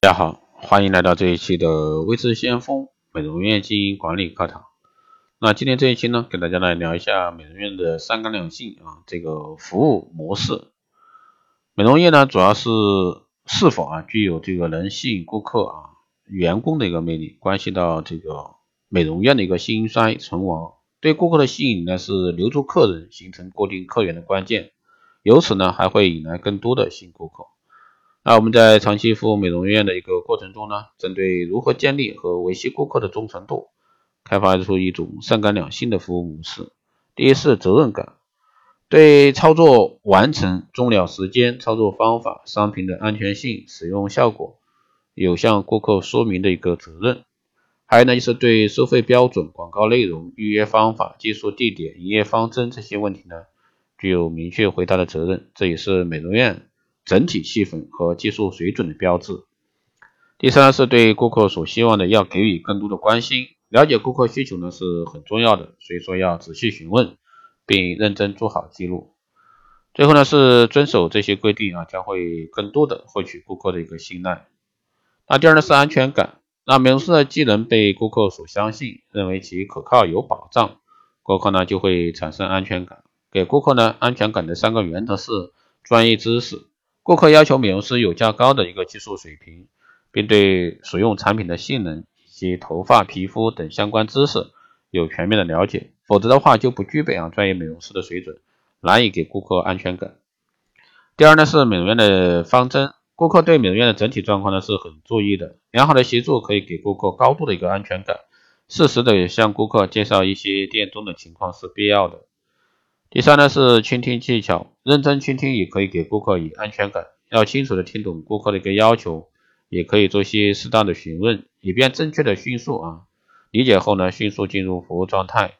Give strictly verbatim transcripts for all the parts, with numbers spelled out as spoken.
大家好，欢迎来到这一期的微知先锋美容院经营管理课堂。那今天这一期呢，给大家来聊一下美容院的三纲两性啊，这个服务模式。美容业呢，主要是是否啊具有这个能吸引顾客啊、员工的一个魅力，关系到这个美容院的一个兴衰存亡。对顾客的吸引呢，是留住客人、形成固定客源的关键，由此呢，还会引来更多的新顾客。那我们在长期服务美容院的一个过程中呢，针对如何建立和维系顾客的忠诚度，开发出一种三纲两性的服务模式。第一是责任感，对操作完成、终了时间、操作方法、商品的安全性、使用效果有向顾客说明的一个责任。还有呢，就是对收费标准、广告内容、预约方法、技术地点、营业方针这些问题呢，具有明确回答的责任，这也是美容院整体气氛和技术水准的标志。第三是对顾客所希望的要给予更多的关心，了解顾客需求呢是很重要的，所以说要仔细询问并认真做好记录。最后呢是遵守这些规定啊，将会更多的获取顾客的一个信赖。那第二呢是安全感，那美容师呢既能被顾客所相信，认为其可靠有保障，顾客呢就会产生安全感。给顾客呢安全感的三个原则是专业知识，顾客要求美容师有较高的一个技术水平，并对使用产品的性能以及头发、皮肤等相关知识有全面的了解，否则的话就不具备啊专业美容师的水准，难以给顾客安全感。第二呢是美容院的方针，顾客对美容院的整体状况呢是很注意的，良好的协助可以给顾客高度的一个安全感，适时的向顾客介绍一些店中的情况是必要的。第三呢是倾听技巧，认真倾听也可以给顾客以安全感，要清楚的听懂顾客的一个要求，也可以做些适当的询问，以便正确的迅速啊理解后呢迅速进入服务状态。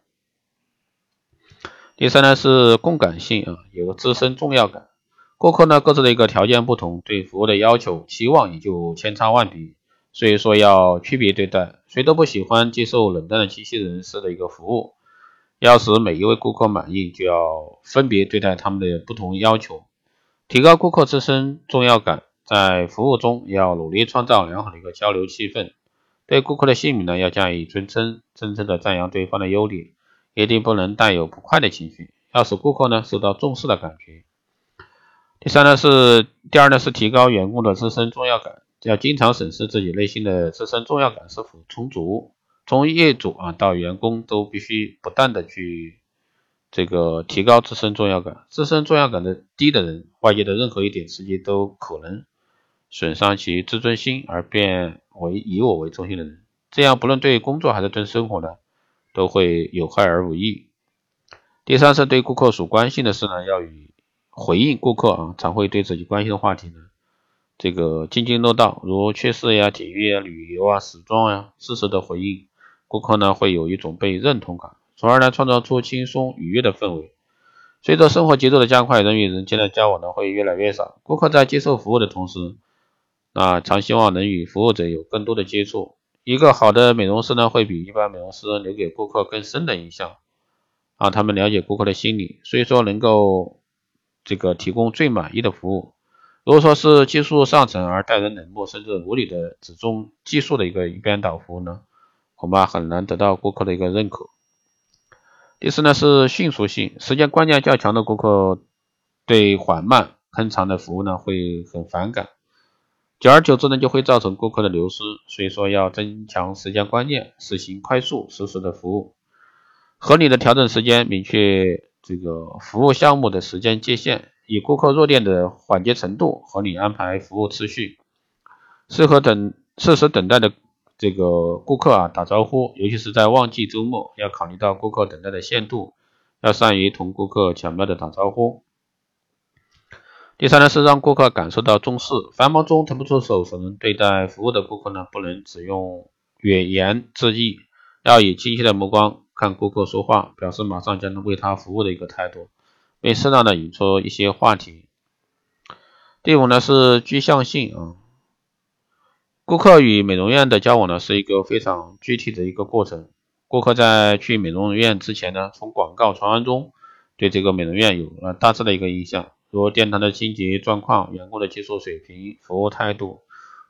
第三呢是共感性啊，有自身重要感，顾客呢各自的一个条件不同，对服务的要求期望也就千差万别，所以说要区别对待，谁都不喜欢接受冷淡的机器人式的一个服务。要使每一位顾客满意，就要分别对待他们的不同要求，提高顾客自身重要感。在服务中要努力创造良好的一个交流气氛，对顾客的姓名呢要加以尊称，真正的赞扬对方的优点，一定不能带有不快的情绪，要使顾客呢受到重视的感觉。第三呢是第二呢是提高员工的自身重要感，要经常审视自己内心的自身重要感是否充足。从业主啊到员工都必须不断的去这个提高自身重要感，自身重要感的低的人，外界的任何一点刺激都可能损伤其自尊心，而变为以我为中心的人，这样不论对工作还是对生活呢，都会有害而无益。第三是对顾客所关心的事呢，要与回应顾客啊，常会对自己关心的话题呢这个津津乐道，如趋势呀、体育啊、旅游啊、时装呀，适时的回应，顾客呢会有一种被认同感，从而呢创造出轻松愉悦的氛围。随着生活节奏的加快，人与人间的交往呢会越来越少，顾客在接受服务的同时，那常希望能与服务者有更多的接触。一个好的美容师呢会比一般美容师留给顾客更深的印象，啊，他们了解顾客的心理，所以说能够这个提供最满意的服务。如果说是技术上层而待人冷漠甚至无理的只重技术的一个一边倒服务呢，恐怕很难得到顾客的一个认可。第四呢是迅速性，时间观念较强的顾客对缓慢很长的服务呢会很反感，久而久之呢就会造成顾客的流失，所以说要增强时间观念，实行快速实时的服务，合理的调整时间，明确这个服务项目的时间界限，以顾客弱点的缓解程度合理安排服务次序，适合等适时等待的这个顾客啊打招呼，尤其是在旺季周末，要考虑到顾客等待的限度，要善于同顾客巧妙的打招呼。第三呢是让顾客感受到重视，繁忙中腾不出手所能对待服务的顾客呢，不能只用语言致意，要以清晰的目光看顾客说话，表示马上将能为他服务的一个态度，并适当的引出一些话题。第五呢是具象性啊，顾客与美容院的交往呢是一个非常具体的一个过程。顾客在去美容院之前呢，从广告传闻中对这个美容院有了大致的一个印象，如店堂的清洁状况、员工的技术水平、服务态度，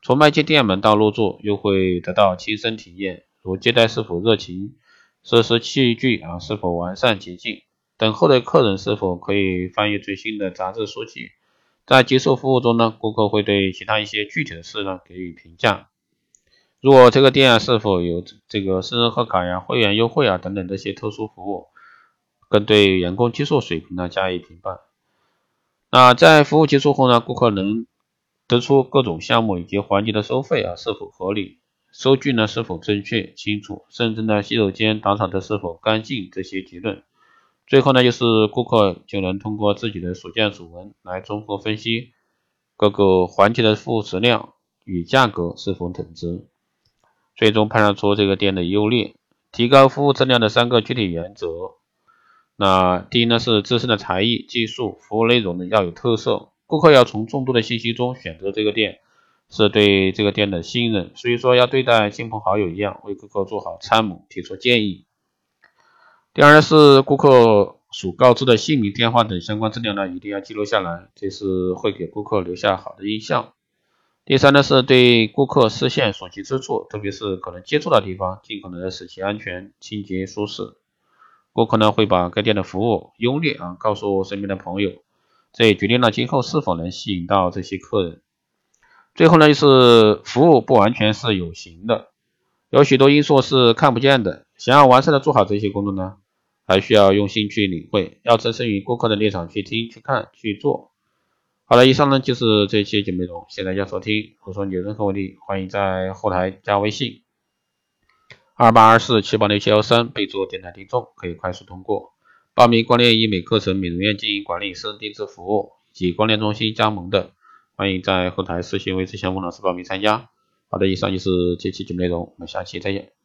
从迈进店门到入住，又会得到亲身体验，如接待是否热情，设施器具啊是否完善洁净，等候的客人是否可以翻阅最新的杂志书籍。在接受服务中呢，顾客会对其他一些具体的事呢给予评价。如果这个店啊是否有这个生日贺卡呀、会员优惠啊等等这些特殊服务，更对员工技术水平呢加以评判。那在服务结束后呢，顾客能得出各种项目以及环节的收费啊是否合理，收据呢是否正确清楚，甚至呢洗手间打扫的是否干净这些结论。最后呢，就是顾客就能通过自己的所见所闻来综合分析各个环节的服务质量与价格是否等值，最终判断出这个店的优劣。提高服务质量的三个具体原则。那第一呢是自身的才艺、技术、服务内容呢要有特色，顾客要从众多的信息中选择这个店，是对这个店的信任，所以说要对待亲朋好友一样，为顾客做好参谋，提出建议。第二呢是顾客所告知的姓名、电话等相关资料呢一定要记录下来，这是会给顾客留下好的印象。第三呢是对顾客视线所及之处，特别是可能接触的地方，尽可能的使其安全、清洁、舒适。顾客呢会把该店的服务优劣啊告诉身边的朋友，这也决定了今后是否能吸引到这些客人。最后呢就是服务不完全是有形的，有许多因素是看不见的，想要完善的做好这些工作呢，还需要用心去领会，要置身于顾客的立场去听、去看、去做。好了，以上呢就是这期节目内容，谢谢大家收听。如果说你有任何问题，欢迎在后台加微信二八二四七八六七幺三，备注电台听众，可以快速通过。报名光电医美课程、美容院经营管理、私人定制服务及光电中心加盟的，欢迎在后台私信为志祥孟老师报名参加。好的，以上就是这期节目内容，我们下期再见。